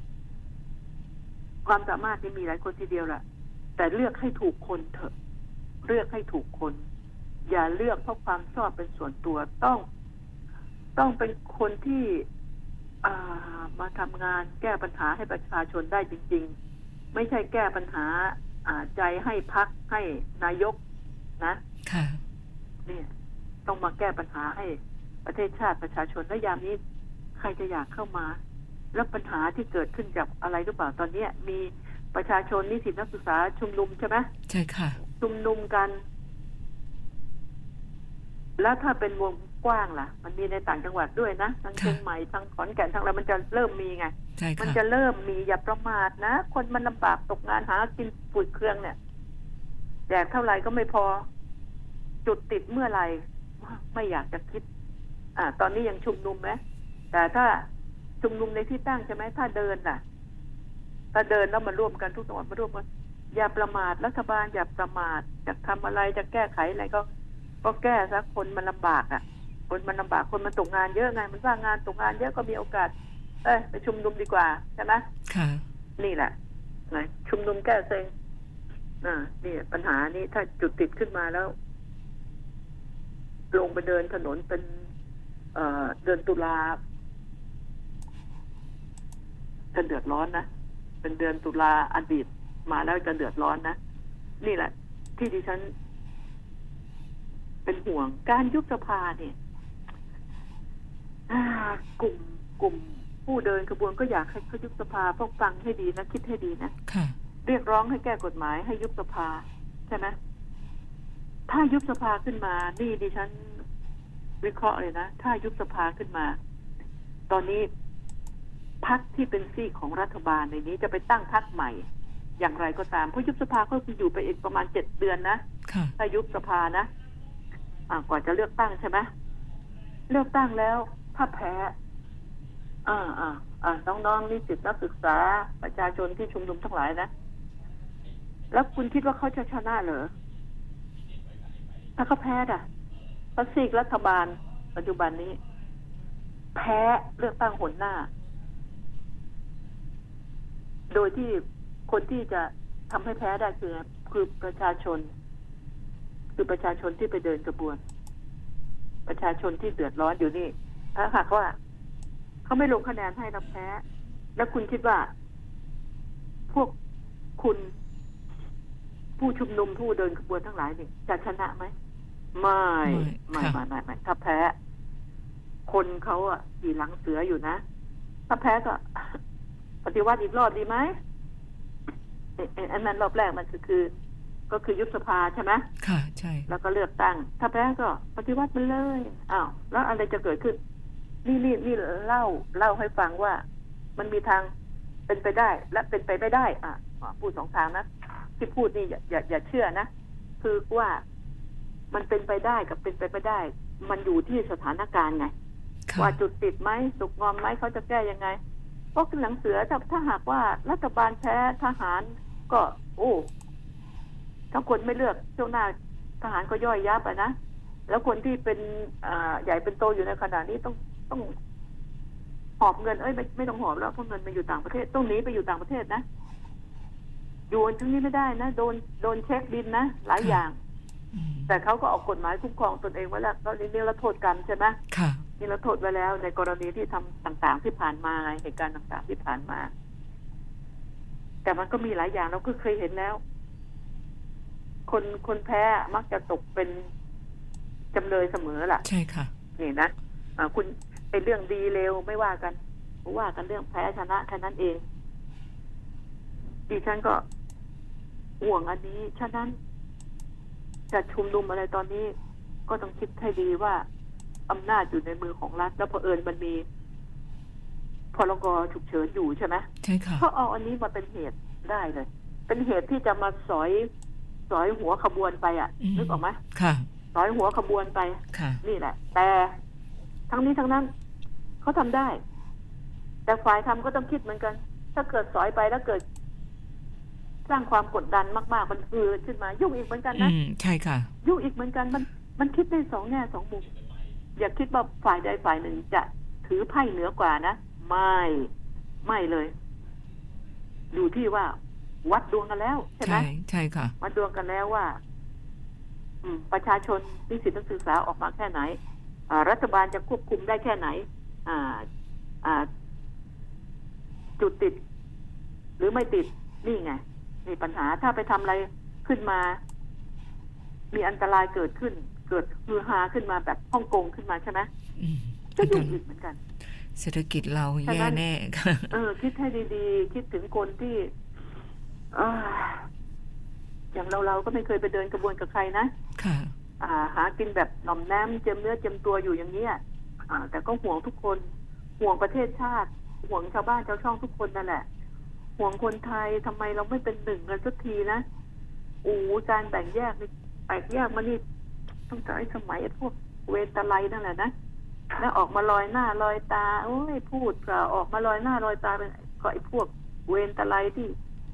ความสามารถที่มีหลายคนทีเดียวแหละแต่เลือกให้ถูกคนเถอะเลือกให้ถูกคนอย่าเลือกเพราะความชอบเป็นส่วนตัวต้องเป็นคนที่มาทำงานแก้ปัญหาให้ประชาชนได้จริงๆไม่ใช่แก้ปัญหาใจให้พรรคให้นายกนะค่ะเนี่ยต้องมาแก้ปัญหาให้ประเทศชาติประชาชนและยามนี้ใครจะอยากเข้ามาแล้วปัญหาที่เกิดขึ้นจากอะไรหรือเปล่าตอนนี้มีประชาชนนิสิตนักศึกษาชุมนุมใช่ไหมใช่ค่ะชุมนุมกันแล้วถ้าเป็นวงกว้างล่ะมันมีในต่างจังหวัดด้วยนะทั้งเชียงใหม่ทั้งขอนแก่นทั้งอะไรมันจะเริ่มมีไงมันจะเริ่มมีอย่าประมาทนะคนมันลำบากตกงานหากินปุ๋ยเครื่องเนี่ยแจกเท่าไหร่ก็ไม่พอจุดติดเมื่อไหร่ไม่อยากจะคิดตอนนี้ยังชุมนุมไหมแต่ถ้าชุมนุมในที่ตั้งใช่ไหมถ้าเดินล่ะถ้าเดินแล้วมาร่วมกันทุกจังหวัดมาร่วมกันอย่าประมาทรัฐบาลอย่าประมาทจะทำอะไรจะแก้ไขอะไรก็แก้ซะคนมันลำบากคนมันลำบากคนมันตกงานเยอะไงมันสร้างงานตกงานเยอะก็มีโอกาสไปชุมนุมดีกว่าใช่ไหมค่ะนี่แหละชุมนุมแก้เซ็งนี่ปัญหานี้ถ้าจุดติดขึ้นมาแล้วลงไปเดินถนนเป็นเดือนตุลาจะเดือดร้อนนะเป็นเดือนตุลาอดีตมาแล้วจะเดือดร้อนนะนี่แหละที่ดิฉันเป็นห่วงการยุบสภาเนี่ยกลุ่มผู้เดินขบวนก็อยากให้เขายุบสภาพวกฟังให้ดีนะคิดให้ดีนะเรียกร้องให้แก้กฎหมายให้ยุบสภาใช่ไหมถ้ายุบสภาขึ้นมานี่ดิฉันวิเคราะห์เลยนะถ้ายุบสภาขึ้นมาตอนนี้พรรคที่เป็นซีกของรัฐบาลในนี้จะไปตั้งพรรคใหม่อย่างไรก็ตามเพราะยุบสภาก็คืออยู่ไปอีกประมาณ7 เดือนนะถ้ายุบสภานะก่อนจะเลือกตั้งใช่ไหมเลือกตั้งแล้วถ้าแพ้น้องๆนิสิตนักศึกษาประชาชนที่ชุมนุมทั้งหลายนะแล้วคุณคิดว่าเขาจะชนะเหรอถ้าเขาแพ้พรรคซีกรัฐบาลปัจจุบันนี้แพ้เลือกตั้งหนหน้าโดยที่คนที่จะทำให้แพ้ได้คือประชาชนที่ไปเดินกระบวนประชาชนที่เดือดร้อนอยู่นี่ถ้าหากว่าเขาไม่ลงคะแนนให้เราแพ้แล้วคุณคิดว่าพวกคุณผู้ชุมนุมผู้เดินกระบวนทั้งหลายนี่จะชนะไหมไม่ถ้าแพ้คนเขาขี่หลังเสืออยู่นะถ้าแพ้ก็ปฏิวัติอีกรอบดีไหมอันนั้นรอบแรกมันก็คือยุบสภาใช่ไหมค่ะใช่แล้วก็เลือกตั้งถ้าแพ้ก็ปฏิวัติมันเลยแล้วอะไรจะเกิดขึ้นนี่เล่าให้ฟังว่ามันมีทางเป็นไปได้และเป็นไปไม่ได้พูด2 ทางนะที่พูดนี่อย่าเชื่อนะคือว่ามันเป็นไปได้กับเป็นไปไม่ได้มันอยู่ที่สถานการณ์ไงว่าจุดติดไหมสุกงอมไหมเขาจะแก้ยังไงเพราะหลังเสือถ้าหากว่ารัฐบาลแพ้ทหารก็ถ้าคนไม่เลือกช่วงหน้าทหารก็ย่อยยับนะแล้วคนที่เป็นใหญ่เป็นโตอยู่ในขณะนี้ต้องหอบเงินไม่ต้องหอบแล้วเพราะเงินมันอยู่ต่างประเทศต้องหนีไปอยู่ต่างประเทศนะอยู่ตรงนี้ไม่ได้นะโดนเช็คบินนะหลายอย่างแต่เขาก็ออกกฎหมายคุ้มครองตนเองไว้แล้วก็นี่ละโทษกันใช่ไหมนี่ละโทษไว้แล้วในกรณีที่ทำต่างๆที่ผ่านมาเหตุการณ์ต่างๆที่ผ่านมาแต่มันก็มีหลายอย่างเราก็เคยเห็นแล้วคนแพ้มักจะตกเป็นจำเลยเสมอล่ะใช่ค่ะนี่นะคุณเป็นเรื่องดีเลวไม่ว่ากันเรื่องแพ้ชนะแค่นั้นเองดิฉันก็ห่วงอันนี้ฉะนั้นจะชุมนุมอะไรตอนนี้ก็ต้องคิดให้ดีว่าอำนาจอยู่ในมือของรัฐแล้วเผอิญมันมีพรก.ฉุกเฉินอยู่ใช่ไหมใช่ค่ะเขาเอาอันนี้มาเป็นเหตุได้เลยเป็นเหตุที่จะมาสอยหัวขบวนไปนึกออกไหมค่ะสอยหัวขบวนไปนี่แหละแต่ทั้งนี้ทั้งนั้นเขาทำได้แต่ฝ่ายทำก็ต้องคิดเหมือนกันถ้าเกิดสอยไปแล้วเกิดสร้างความกดดันมากๆมันขึ้นมายุ่งอีกเหมือนกันนะใช่ค่ะยุ่งอีกเหมือนกันมันคิดได้2 แง่2 มุมอย่าคิดว่าฝ่ายใดฝ่ายหนึ่งจะถือไพ่เหนือกว่านะไม่เลยอยู่ที่ว่าวัดดวงกันแล้วใช่ไหมใช่ค่ะวัดดวงกันแล้วว่าประชาชนนิสิตนักศึกษาออกมาแค่ไหนรัฐบาลจะควบคุมได้แค่ไหนจุดติดหรือไม่ติดนี่ไงมีปัญหาถ้าไปทำอะไรขึ้นมามีอันตรายเกิดขึ้นเกิดฮือฮาขึ้นมาแบบฮ่องกงขึ้นมาใช่ไหมก็ยุ่งอีกเหมือนกันเศรษฐกิจเราแย่แน่ค่ะคิดให้ดีๆคิดถึงคนที่อย่างเราก็ไม่เคยไปเดินกระบวนกับใครนะค่ะหากินแบบหน่อมแนมเจียมเนื้อเจียมตัวอยู่อย่างนี้แต่ก็ห่วงทุกคนห่วงประเทศชาติห่วงชาวบ้านชาวช่องทุกคนนั่นแหละห่วงคนไทยทำไมเราไม่เป็นหนึ่งกันสักทีนะการแบ่งแยกนี่แบ่งแยกมานี่ต้องใช้สมัยพวกเวรตะไลนั่นแหละนะแล้วออกมาลอยหน้าลอยตาโอ้ยพูดก็ออกมาลอยหน้าลอยตาเป็นก็ไอ้พวกเวรตะไลที่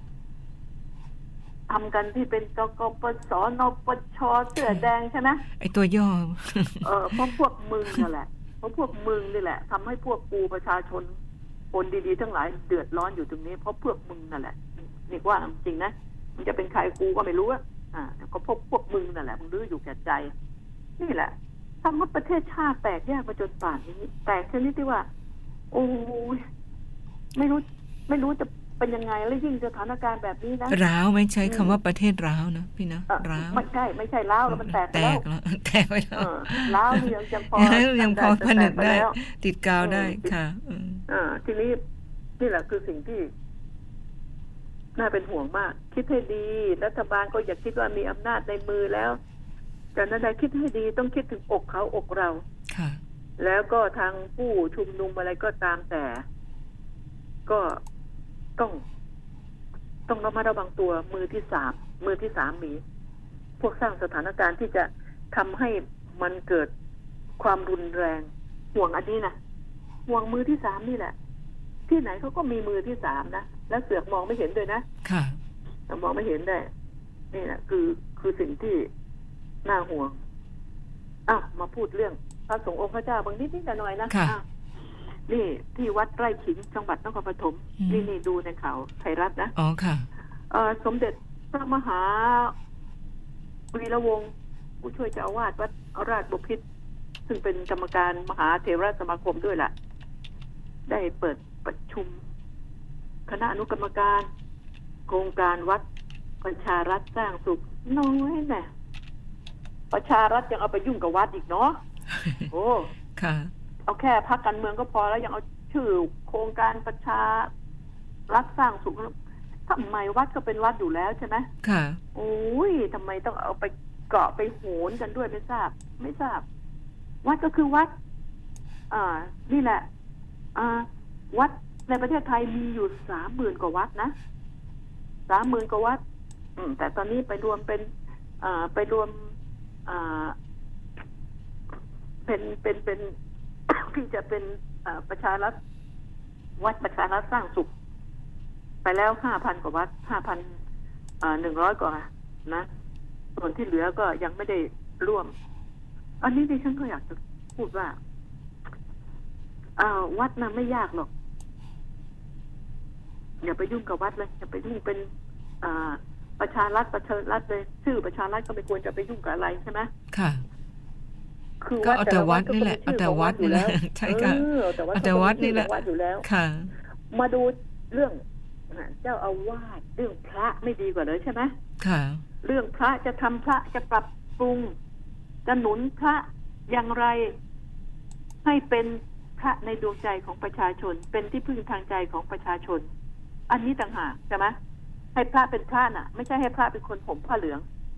ทำกันที่เป็นกกปสนปชเสื้อแดงใช่ไหมไอ้ตัวย่อเพราะพวกมึงนั่นแหละเพราะพวกมึงนี่แหละทำให้พวกกูประชาชนคนดีๆทั้งหลายเดือดร้อนอยู่ตรงนี้เพราะพวกมึงนั่นแหละนี่ว่าจริงนะมันจะเป็นใครกูก็ไม่รู้ก็พวกมึงนั่นแหละมึงรู้อยู่แก่ใจนี่แหละทำให้ประเทศชาติแตกแยกมาจนป่านนี้แตกชนิดที่ว่าโอ้ยไม่รู้จะเป็นยังไงแล้วยิ่งสถานการณ์แบบนี้นะร้าวไม่ใช้คำว่าประเทศร้าวนะพี่นะร้าวไม่ใช่ร้าวแล้วมันแตกแล้วไปแล้วร้าวนี่ยังพอผนึกได้ติดกาวได้ค่ะทีนี้นี่แหละคือสิ่งที่น่าเป็นห่วงมากคิดให้ดีรัฐบาลก็อย่าคิดว่ามีอำนาจในมือแล้วแต่นั้นใดคิดให้ดีต้องคิดถึงอกเขาอกเราแล้วก็ทางผู้ชุมนุมอะไรก็ตามแต่ก็ต้องระมัดระวังตัวมือที่สามมีพวกสร้างสถานการณ์ที่จะทำให้มันเกิดความรุนแรงห่วงอันนี้นะห่วงมือที่3นี่แหละที่ไหนเขาก็มีมือที่3นะแล้วเสือกมองไม่เห็นเลยนะค่ะมองไม่เห็นได้นี่แหละคือสิ่งที่น่าห่วงมาพูดเรื่องพระสงฆ์องค์พระเจ้าบางนิดหน่อยนะนี่ที่วัดไร่ขิงจังหวัดนครปฐมนี่ดูในข่าวไทยรัฐนะอ๋อค่ะสมเด็จพระมหาวีระวงศ์ผู้ช่วยเจ้าอาวาสวัดราชบพิตรซึ่งเป็นกรรมการมหาเถรสมาคมด้วยล่ะได้เปิดประชุมคณะอนุกรรมการโครงการวัดประชารัฐสร้างสุขน้อยแน่ประชารัฐยังเอาไปยุ่งกับวัดอีกเนาะโอ้ค่ะเอาแค่พรรคการเมืองก็พอแล้วยังเอาชื่อโครงการประชารัฐสร้างสุขทำไมวัดก็เป็นวัดอยู่แล้วใช่ไหมค่ะโอ้ยทำไมต้องเอาไปเกาะไปโหนกันด้วยไม่ทราบวัดก็คือวัดนี่แหละวัดในประเทศไทยมีอยู่ 30,000 กว่าวัดนะ 30,000 กว่าวัดแต่ตอนนี้ไปรวมเป็นเป็นที่จะเป็นประชารัฐวัดประชารัฐสร้างสุขไปแล้ว 5,000 กว่าวัด 5,100 กว่านะส่วนที่เหลือก็ยังไม่ได้ร่วมอันนี้ดิฉันก็อยากจะพูดว่าวัดน่ะไม่ยากหรอกอย่าไปยุ่งกับวัดเลยอย่าไปยุ่งเป็นประชารัฐเลยชื่อประชารัฐก็ไม่ควรจะไปยุ่งกับอะไรใช่ไหมค่ะคือก็เอาแต่วัดนี่แหละเอาแต่วัดนี่แหละใช่ค่ะเอาแต่วัดนี่แหละค่ะมาดูเรื่องเจ้าอาวาสเรื่องพระไม่ดีกว่าเลยใช่ไหมค่ะเรื่องพระจะทำพระจะปรับปรุงจะหนุนพระอย่างไรให้เป็นพระในดวงใจของประชาชนเป็นที่พึ่งทางใจของประชาชนอันนี้ต่างหากใช่ไหมให้พระเป็นพระน่ะไม่ใช่ให้พระเป็นคนห่มผ้าเหลือง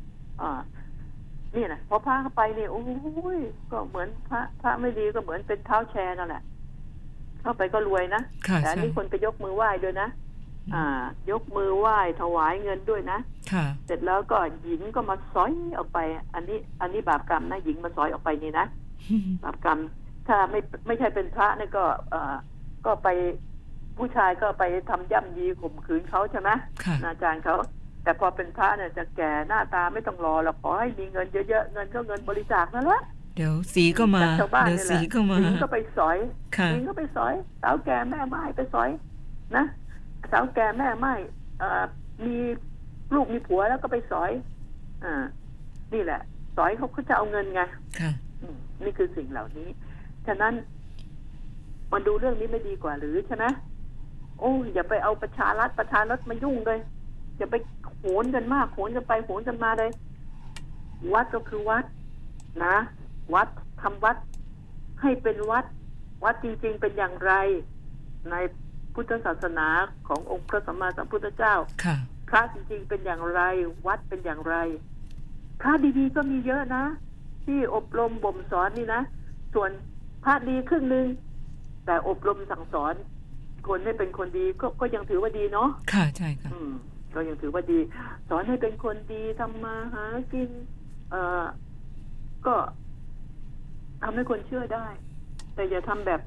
นี่นะพอพระเข้าไปเนี่ยโอ้ยก็เหมือนพระไม่ดีก็เหมือนเป็นเท้าแชร์นั่นแหละเข้าไปก็รวยนะแต่อันนี้คนไปยกมือไหว้ด้วยนะยกมือไหว้ถวายเงินด้วยนะเสร็จแล้วก็หญิงก็มาสอยออกไปอันนี้บาปกรรมนะหญิงมาสอยออกไปนี่นะบาปกรรมถ้าไม่ใช่เป็นพระนี่ก็ไปผู้ชายก็ไปทำย่ำยีข่มขืนเขาใช่ไหมอนาจารเขาแต่พอเป็นพระเนี่ยจะแก่หน้าตาไม่ต้องรอหรอกขอให้มีเงินเยอะๆเงินก็เงินบริจาคนั่นแหละเดี๋ยวสีก็มาเดี๋ยวสีก็มาสีก็ไปสอยสีก็ไปสอยสาวแก่แม่ไม้ไปสอยนะสาวแก่แม่ไม้มีลูกมีผัวแล้วก็ไปสอยนี่แหละสอยเขาจะเอาเงินไงนี่คือสิ่งเหล่านี้ฉะนั้นมาดูเรื่องนี้ไม่ดีกว่าหรือใช่ไหมโอ้อย่าไปเอาประชารัฐมายุ่งเลยอย่าไปโหนกันมากโหนกันไปโหนกันมาเลยวัดก็คือวัดนะวัดทำวัดให้เป็นวัดจริงๆเป็นอย่างไรในพุทธศาสนาขององค์พระสัมมาสัมพุทธเจ้าพระจริงๆเป็นอย่างไรวัดเป็นอย่างไรพระดีๆก็มีเยอะนะที่อบรมบ่มสอนนี่นะส่วนพระดีครึ่งนึงแต่อบรมสั่งสอนคนให้เป็นคนดีก็ยังถือว่าดีเนาะค่ะใช่ค่ะก็ยังถือว่าดีสอนให้เป็นคนดีทำมาหากินก็ทำให้คนเชื่อได้แต่อย่าทำแบบ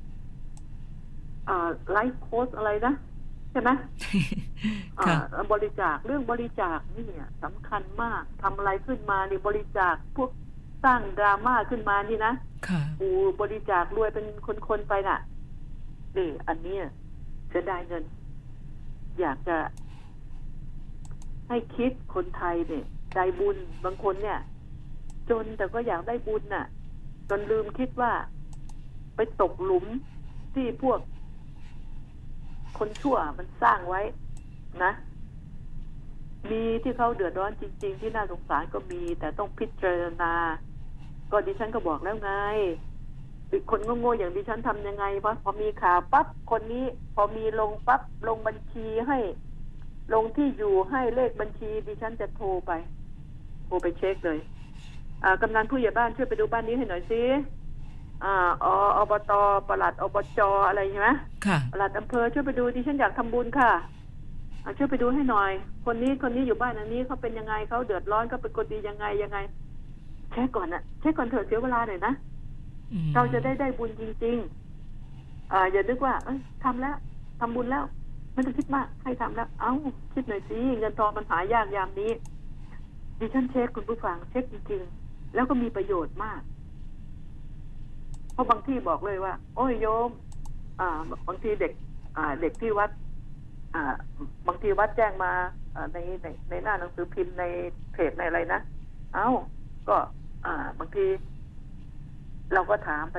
ไลฟ์โค้ชอะไรนะใช่ไหม บริจาคเรื่องบริจาคนี่สำคัญมากทำอะไรขึ้นมานี่บริจาคพวกสร้างดราม่าขึ้นมานี่นะบริจาครวยเป็นคนๆไปน่ะนี่อันนี้จะได้เงินอยากจะให้คิดคนไทยเนี่ยได้บุญบางคนเนี่ยจนแต่ก็อยากได้บุญน่ะจนลืมคิดว่าไปตกหลุมที่พวกคนชั่วมันสร้างไว้นะมีที่เขาเดือดร้อนจริงๆที่น่าสงสารก็มีแต่ต้องพิจารณาก็ดิฉันก็บอกแล้วไงคนโง่ๆอย่างดิฉันทำยังไงวะพอมีข่าวปั๊บคนนี้พอมีลงปั๊บลงบัญชีให้ลงที่อยู่ให้เลขบัญชีดิฉันจะโทรไปเช็คเลยกำนันผู้ใหญ่บ้านช่วยไปดูบ้านนี้ให้หน่อยสิอบต.ปลัดอบจ.อะไรใช่ไหมปลัดอำเภอช่วยไปดูดิฉันอยากทำบุญค่ะช่วยไปดูให้หน่อยคนนี้อยู่บ้านอันนี้เขาเป็นยังไงเขาเดือดร้อนเขาเป็นคนดียังไงเช็คก่อนเถอะเสียเวลาหน่อยนะเราจะได้บุญจริงๆอย่านึกว่าทำแล้วทำบุญแล้วไม่ต้องคิดมากให้ทำแล้วคิดหน่อยสิเงินทองมันหายากยามนี้ดิฉันเช็คคุณผู้ฟังเช็คจริงๆแล้วก็มีประโยชน์มากเพราะบางที่บอกเลยว่าโอ้ยโยมบางทีเด็กที่วัดบางทีวัดแจ้งมาในหน้าหนังสือพิมพ์ในเพจในอะไรนะก็บางทีเราก็ถามไป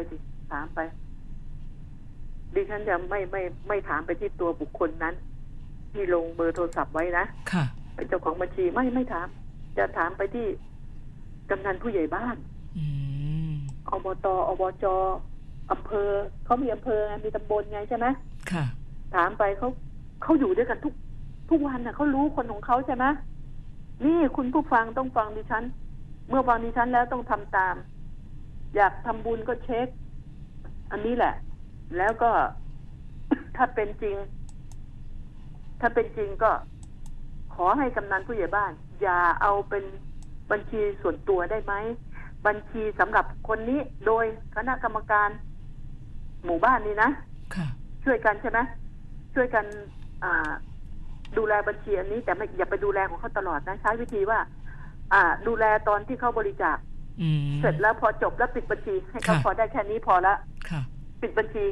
ดิฉันจะไม่ถามไปที่ตัวบุคคลนั้นที่ลงเบอร์โทรศัพท์ไว้นะเป็นเจ้าของบัญชีไม่ถามจะถามไปที่กำนันผู้ใหญ่บ้านอบต.อบจ.อำเภอเขามีอำเภอมีตำบลไงใช่ไหมถามไปเขาอยู่ด้วยกันทุกวันน่ะเขารู้คนของเขาใช่ไหมนี่คุณผู้ฟังต้องฟังดิฉันเมื่อฟังดิฉันแล้วต้องทำตามอยากทำบุญก็เช็คอันนี้แหละแล้วก็ ถ้าเป็นจริงก็ขอให้กำนันผู้ใหญ่บ้านอย่าเอาเป็นบัญชีส่วนตัวได้ไหมบัญชีสำหรับคนนี้โดยคณะกรรมการหมู่บ้านนี้นะช่วยกันใช่ไหมช่วยกันดูแลบัญชีอันนี้แต่ไม่อย่าไปดูแลของเขาตลอดนะใช้วิธีว่าดูแลตอนที่เขาบริจาคเสร็จแล้วพอจบแล้วปิดบัญชีให้เขาพอได้แค่นี้พอละปิดบัญชี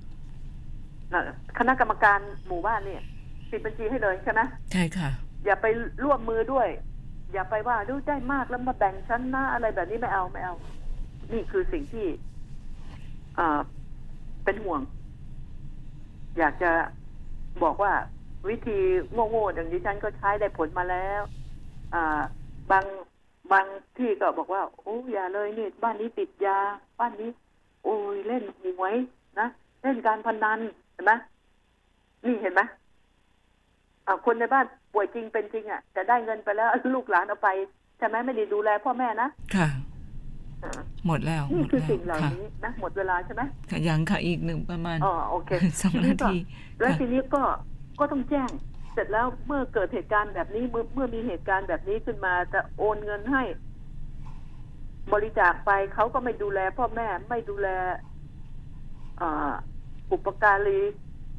คณะกรรมการหมู่บ้านเนี่ยปิดบัญชีให้เลยใช่ไหมใช่ค่ะอย่าไปร่วมมือด้วยอย่าไปว่าดูได้มากแล้วมาแบ่งชั้นหน้าอะไรแบบนี้ไม่เอานี่คือสิ่งที่เป็นห่วงอยากจะบอกว่าวิธีโง่ๆอย่างดิฉันก็ใช้ได้ผลมาแล้วบางที่ก็บอกว่าโอ้อย่าเลยนี่บ้านนี้ติดยาบ้านนี้โอ้ยเล่นหวยนะเล่นการพนันเห็นไหมนี่เห็นไหมคนในบ้านป่วยจริงเป็นจริงจะได้เงินไปแล้วลูกหลานเอาไปใช่ไหมไม่ได้ดูแลพ่อแม่นะค่ะหมดแล้วนี่คือสิ่งเหล่านี้นะหมดเวลาใช่ไหมค่ะยังค่ะอีกหนึ่งประมาณโอเค 2 นาทีแล้วทีนี้ก็ต้องแจ้งเสร็จแล้วเมื่อเกิดเหตุการณ์แบบนี้เมื่อมีเหตุการณ์แบบนี้ขึ้นมาจะโอนเงินให้บริจาคไปเขาก็ไม่ดูแลพ่อแม่ไม่ดูแลบุปการี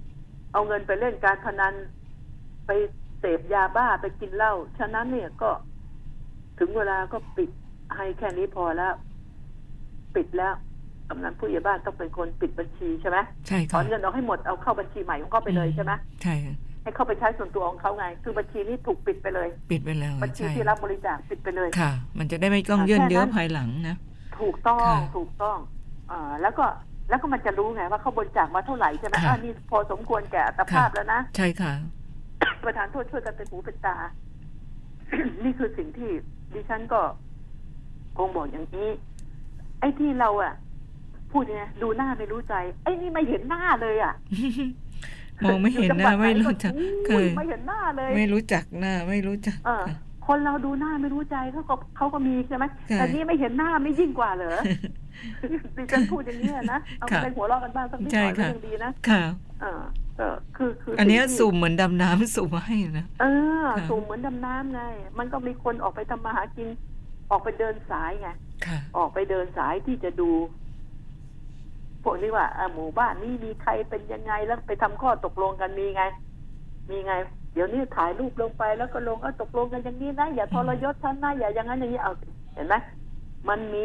เอาเงินไปเล่นการพนันไปเสพยาบ้าไปกินเหล้าฉะนั้นเนี่ยก็ถึงเวลาก็ปิดให้แค่นี้พอแล้วปิดแล้วกำนันผู้ใหญ่บ้านต้องเป็นคนปิดบัญชีใช่ไหมใช่ค่ะถอนเงินออกให้หมดเอาเข้าบัญชีใหม่ของเขาไปเลยใช่ไหมใช่ให้เข้าไปใช้ส่วนตัวของเขาไงคือบัญชีนี้ถูกปิดไปเลยปิดไปแล้วบัญชีที่รับบริจาคปิดไปเลยค่ะมันจะได้ไม่ต้องยื่นเยอะภายหลังนะถูกต้องแล้วก็มันจะรู้ไงว่าเขาบริจาคมาเท่าไหร่ใช่ไหมนี่พอสมควรแก่อัตภาพแล้วนะใช่ค่ะประธานโทษช่วยกันเป็นหูเป็นตา นี่คือสิ่งที่ดิฉันก็คงบอกอย่างนี้ไอ้ที่เราพูดไงดูหน้าไม่รู้ใจไอ้นี่ไม่เห็นหน้าเลยมองไม่เห็นหน้าไม่รู้จักไม่เห็นหน้าเลยไม่รู้จักหน้าไม่รู้จักคนเราดูหน้าไม่รู้ใจเขาก็มีใช่ไหมแต่นี่ไม่เห็นหน้าไม่ยิ่งกว่าเหรอดิฉันพูดอย่างนี้นะเอาไปหัวเราะกันบ้างสักนิดหน่อยก็ยังดีนะค่ะคืออันนี้สุ่มเหมือนดำน้ำสุ่มให้นะสุ่มเหมือนดำน้ำไงมันก็มีคนออกไปทำมาหากินออกไปเดินสายไงออกไปเดินสายที่จะดูพวกนี้ว่าหมู่บ้านนี้มีใครเป็นยังไงแล้วไปทำข้อตกลงกันมีไงเดี๋ยวนี้ถ่ายรูปลงไปแล้วก็ลงตกลงกันอย่างนี้นะอย่าทรยศฉันนะอย่าอย่างนั้นอย่างนี้เอาเห็นไหมมันมี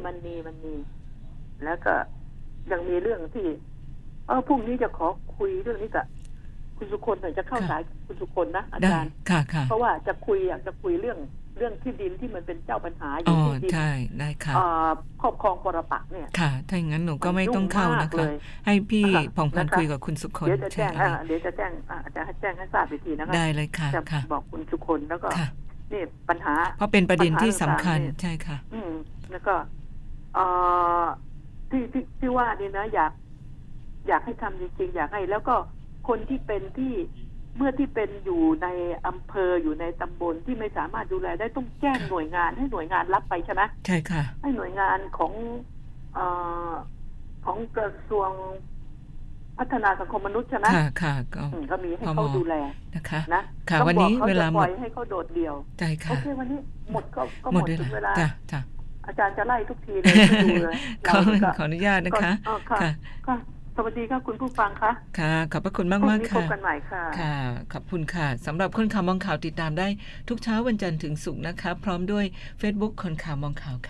แล้วก็ยังมีเรื่องที่พรุ่งนี้จะขอคุยเรื่องนี้กับคุณสุคนหน่อยจะเข้าสายคุณสุคนนะอาจารย์เพราะว่าอยากจะคุยเรื่องที่ดินที่มันเป็นเจ้าปัญหาอยู่ที่ดินใช่ได้ค่ะครอบครองปรปักษ์เนี่ยค่ะถ้าอย่างนั้นหนูก็ไม่ต้องเข้านะคะให้พี่ผ่องพันคุยกับคุณสุคนเดี๋ยวจะแจ้งอาจารย์แจ้งให้ทราบอีกทีนะคะได้เลยค่ะจะบอกคุณสุคนแล้วก็นี่ปัญหาเพราะเป็นประเด็นที่สำคัญใช่ค่ะแล้วก็ที่ว่านี่นะอยากให้ทำจริงๆอยากให้แล้วก็คนที่เป็นที่เมื่อที่เป็นอยู่ในอำเภออยู่ในตำบลที่ไม่สามารถดูแลได้ต้องแจ้งหน่วยงานให้หน่วยงานรับไปใช่ไหมใช่ค่ะให้หน่วยงานของกระทรวงพัฒนาสังคมมนุษย์ใช่ไหมค่ะก็มีให้เขาดูแลนะคะค่ะวันนี้เวลาหมดให้เขาโดดเดี่ยวใช่ค่ะโอเควันนี้หมดก็หมดถึงเวลาจ้ะอาจารย์จะไล่ทุกทีเลยดูเลยขออนุญาตนะคะค่ะสวัสดีค่ะคุณผู้ฟังคะค่ะขอบพระคุณมากค่ะพบกันใหม่ค่ะค่ะขอบคุณค่ะสำหรับคนข่าวมองข่าวติดตามได้ทุกเช้าวันจันทร์ถึงศุกร์นะคะพร้อมด้วย Facebook คนข่าวมองข่าวค่ะ